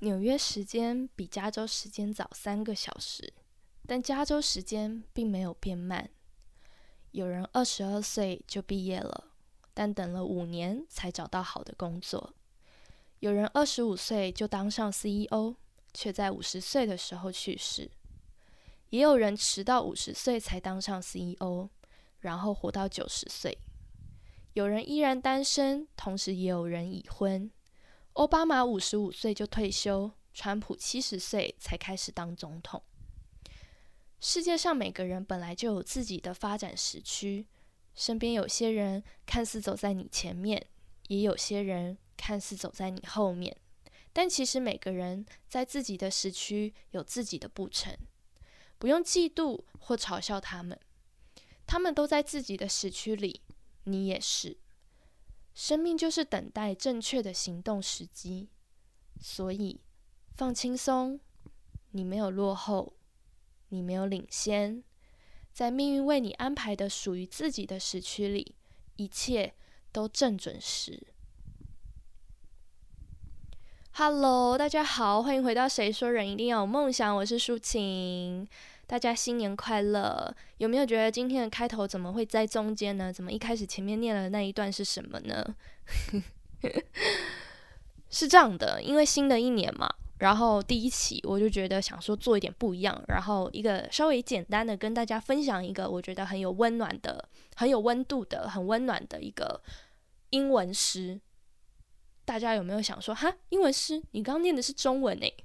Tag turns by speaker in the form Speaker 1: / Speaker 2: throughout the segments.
Speaker 1: 纽约时间比加州时间早3个小时，但加州时间并没有变慢。有人22岁就毕业了，但等了5年才找到好的工作。有人25岁就当上 CEO， 却在50岁的时候去世。也有人迟到50岁才当上 CEO， 然后活到90岁。有人依然单身，同时也有人已婚。奥巴马55岁就退休，川普70岁才开始当总统。世界上每个人本来就有自己的发展时区，身边有些人看似走在你前面，也有些人看似走在你后面，但其实每个人在自己的时区有自己的步程，不用嫉妒或嘲笑他们，他们都在自己的时区里，你也是。生命就是等待正确的行动时机，所以放轻松，你没有落后，你没有领先，在命运为你安排的属于自己的时区里，一切都正准时。Hello， 大家好，欢迎回到谁说人一定要有梦想，我是舒晴。大家新年快乐！有没有觉得今天的开头怎么会在中间呢？怎么一开始前面念的那一段是什么呢？是这样的，因为新的一年嘛，然后第一期我就觉得想说做一点不一样，然后一个稍微简单的跟大家分享一个我觉得很有温暖的、很有温度的、很温暖的一个英文诗。大家有没有想说，哈，英文诗？你刚刚念的是中文欸？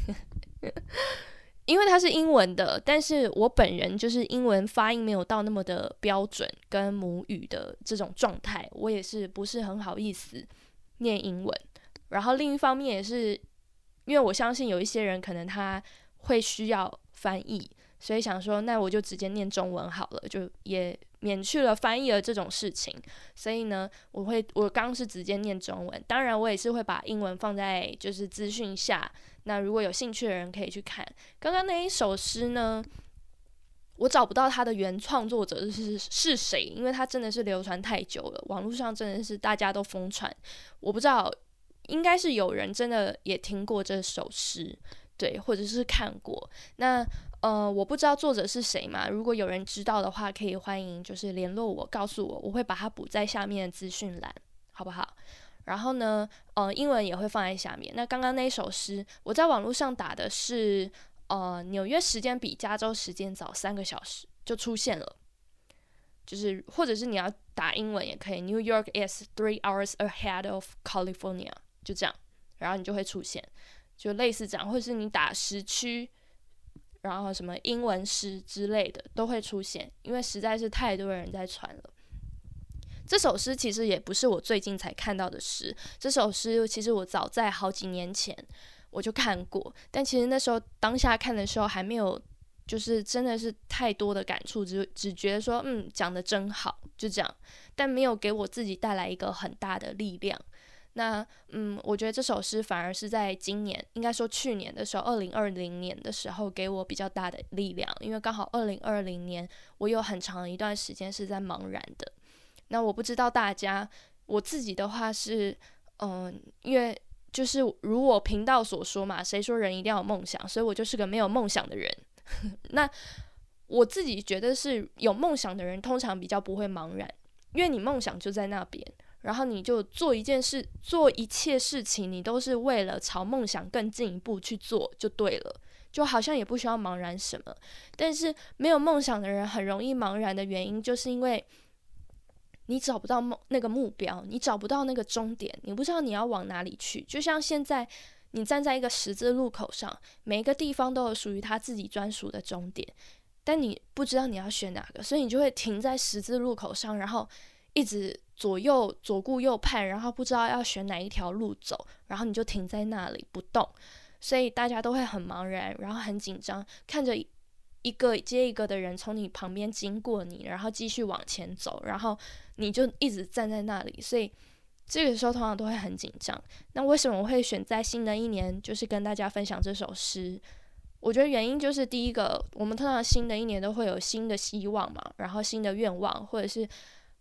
Speaker 1: 因为它是英文的，但是我本人就是英文发音没有到那么的标准跟母语的这种状态，我也是不是很好意思念英文。然后另一方面也是因为我相信有一些人可能他会需要翻译，所以想说那我就直接念中文好了，就也免去了翻译的这种事情。所以呢，我刚是直接念中文，当然我也是会把英文放在就是资讯下，那如果有兴趣的人可以去看。刚刚那一首诗呢，我找不到它的原创作者是谁，因为它真的是流传太久了，网络上真的是大家都疯传，我不知道，应该是有人真的也听过这首诗，对，或者是看过。那我不知道作者是谁嘛，如果有人知道的话，可以欢迎就是联络我，告诉我，我会把它补在下面的资讯栏，好不好？然后呢，英文也会放在下面。那刚刚那首诗，我在网络上打的是，纽约时间比加州时间早3个小时就出现了，就是或者是你要打英文也可以 ，New York is 3 hours ahead of California， 就这样，然后你就会出现，就类似这样，或者是你打时区，然后什么英文诗之类的都会出现，因为实在是太多人在传了。这首诗其实也不是我最近才看到的诗，这首诗其实我早在好几年前我就看过，但其实那时候当下看的时候还没有就是真的是太多的感触，只觉得说讲得真好，就这样，但没有给我自己带来一个很大的力量。那我觉得这首诗反而是在今年，应该说去年的时候，2020年的时候给我比较大的力量，因为刚好2020年我有很长一段时间是在茫然的。那我不知道大家，我自己的话是，因为就是如我频道所说嘛，谁说人一定要有梦想，所以我就是个没有梦想的人。那我自己觉得是有梦想的人通常比较不会茫然，因为你梦想就在那边，然后你就做一件事，做一切事情，你都是为了朝梦想更进一步去做就对了，就好像也不需要茫然什么。但是没有梦想的人很容易茫然的原因，就是因为你找不到那个目标，你找不到那个终点，你不知道你要往哪里去。就像现在你站在一个十字路口上，每一个地方都有属于他自己专属的终点，但你不知道你要选哪个，所以你就会停在十字路口上，然后一直左顾右盼，然后不知道要选哪一条路走，然后你就停在那里不动。所以大家都会很茫然，然后很紧张，看着一个接一个的人从你旁边经过你，然后继续往前走，然后你就一直站在那里，所以这个时候通常都会很紧张。那为什么我会选在新的一年就是跟大家分享这首诗？我觉得原因就是第一个，我们通常新的一年都会有新的希望嘛，然后新的愿望，或者是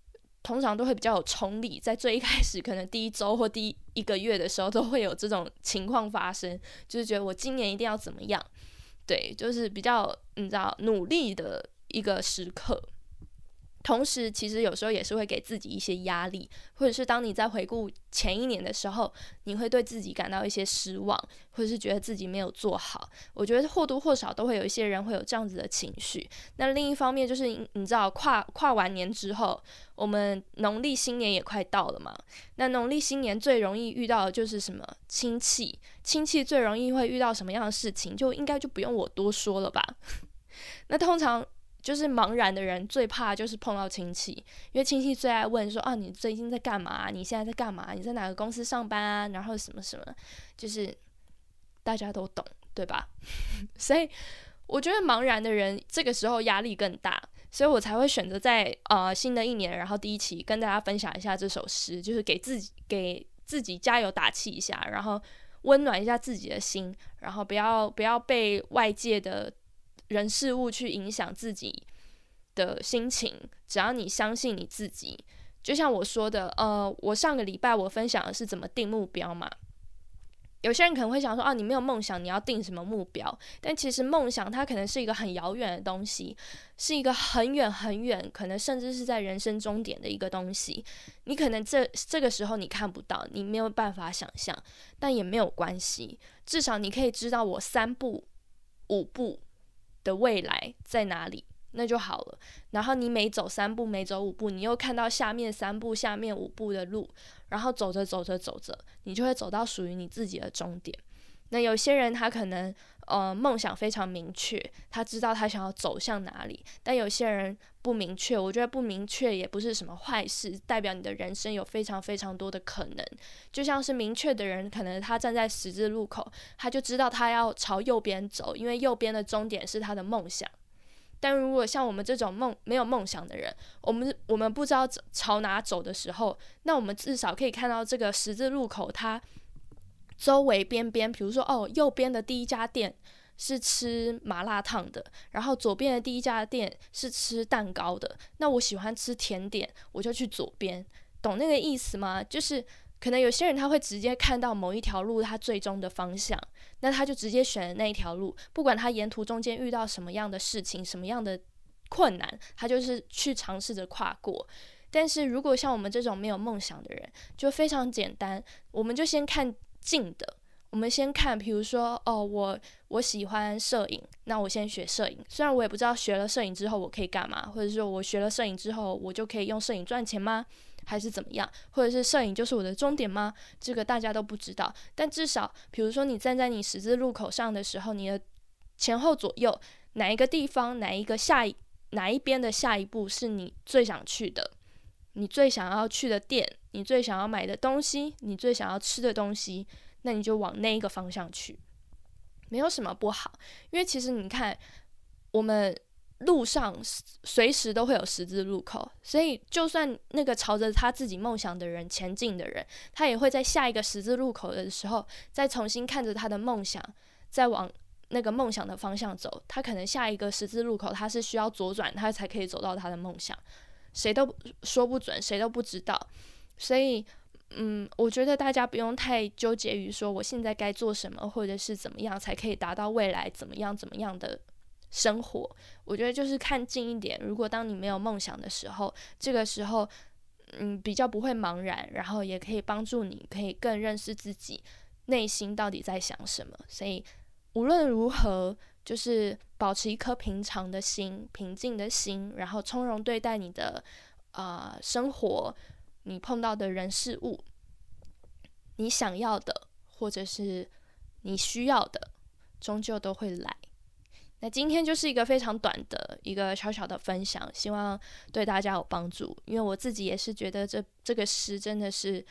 Speaker 1: 通常都会比较有冲力，在最一开始可能第一周或第一个月的时候都会有这种情况发生，就是觉得我今年一定要怎么样，对，就是比较你知道努力的一个时刻。同时其实有时候也是会给自己一些压力，或者是当你在回顾前一年的时候，你会对自己感到一些失望，或者是觉得自己没有做好。我觉得或多或少都会有一些人会有这样子的情绪。那另一方面就是你知道跨完年之后，我们农历新年也快到了嘛，那农历新年最容易遇到的就是什么亲戚最容易会遇到什么样的事情，就应该就不用我多说了吧。那通常就是茫然的人最怕就是碰到亲戚，因为亲戚最爱问说啊，你最近在干嘛？你现在在干嘛？你在哪个公司上班啊？然后什么什么，就是大家都懂，对吧？所以我觉得茫然的人这个时候压力更大，所以我才会选择在新的一年，然后第一期跟大家分享一下这首诗，就是给自己加油打气一下，然后温暖一下自己的心，然后不要被外界的人事物去影响自己的心情，只要你相信你自己。就像我说的，我上个礼拜我分享的是怎么定目标嘛。有些人可能会想说啊，你没有梦想，你要定什么目标？但其实梦想它可能是一个很遥远的东西，是一个很远很远，可能甚至是在人生终点的一个东西。你可能这个时候你看不到，你没有办法想象，但也没有关系，至少你可以知道我3步5步的未来在哪里，那就好了。然后你每走3步，每走5步，你又看到下面3步、下面5步的路，然后走着走着走着，你就会走到属于你自己的终点。那有些人他可能梦想非常明确，他知道他想要走向哪里，但有些人不明确。我觉得不明确也不是什么坏事，代表你的人生有非常非常多的可能。就像是明确的人，可能他站在十字路口，他就知道他要朝右边走，因为右边的终点是他的梦想。但如果像我们这种没有梦想的人，我们不知道朝哪走的时候，那我们至少可以看到这个十字路口它周围边边，比如说右边的第一家店是吃麻辣烫的，然后左边的第一家店是吃蛋糕的，那我喜欢吃甜点，我就去左边。懂那个意思吗？就是可能有些人他会直接看到某一条路他最终的方向，那他就直接选了那一条路，不管他沿途中间遇到什么样的事情，什么样的困难，他就是去尝试着跨过。但是如果像我们这种没有梦想的人，就非常简单，我们就先看近的，我们先看，比如说我喜欢摄影，那我先学摄影。虽然我也不知道学了摄影之后我可以干嘛，或者说我学了摄影之后我就可以用摄影赚钱吗？还是怎么样？或者是摄影就是我的终点吗？这个大家都不知道。但至少比如说你站在你十字路口上的时候，你的前后左右哪一个地方，哪一边的下一步是你最想去的，你最想要去的店，你最想要买的东西，你最想要吃的东西，那你就往那一个方向去，没有什么不好。因为其实你看我们路上随时都会有十字路口，所以就算那个朝着他自己梦想的人前进的人，他也会在下一个十字路口的时候再重新看着他的梦想，再往那个梦想的方向走。他可能下一个十字路口他是需要左转，他才可以走到他的梦想，谁都说不准，谁都不知道。所以我觉得大家不用太纠结于说我现在该做什么，或者是怎么样才可以达到未来怎么样的生活。我觉得就是看近一点，如果当你没有梦想的时候，这个时候比较不会茫然，然后也可以帮助你可以更认识自己内心到底在想什么。所以无论如何，就是保持一颗平常的心，平静的心，然后从容对待你的生活，你碰到的人事物，你想要的或者是你需要的终究都会来。那今天就是一个非常短的一个小小的分享，希望对大家有帮助。因为我自己也是觉得这个诗真的是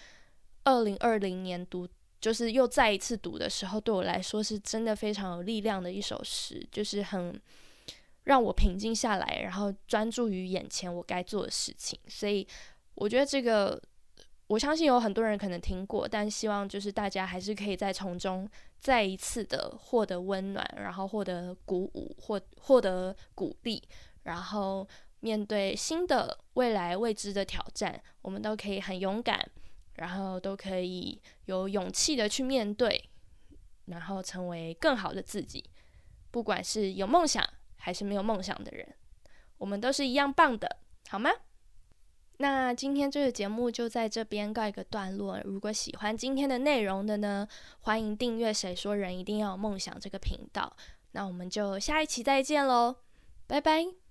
Speaker 1: 2020年读，就是又再一次读的时候，对我来说是真的非常有力量的一首诗，就是很让我平静下来，然后专注于眼前我该做的事情。所以我觉得这个我相信有很多人可能听过，但希望就是大家还是可以在从中再一次的获得温暖，然后获得鼓舞，获得鼓励，然后面对新的未来未知的挑战，我们都可以很勇敢，然后都可以有勇气的去面对，然后成为更好的自己。不管是有梦想还是没有梦想的人，我们都是一样棒的，好吗？那今天这个节目就在这边告一个段落。如果喜欢今天的内容的呢，欢迎订阅谁说人一定要有梦想这个频道。那我们就下一期再见咯，拜拜。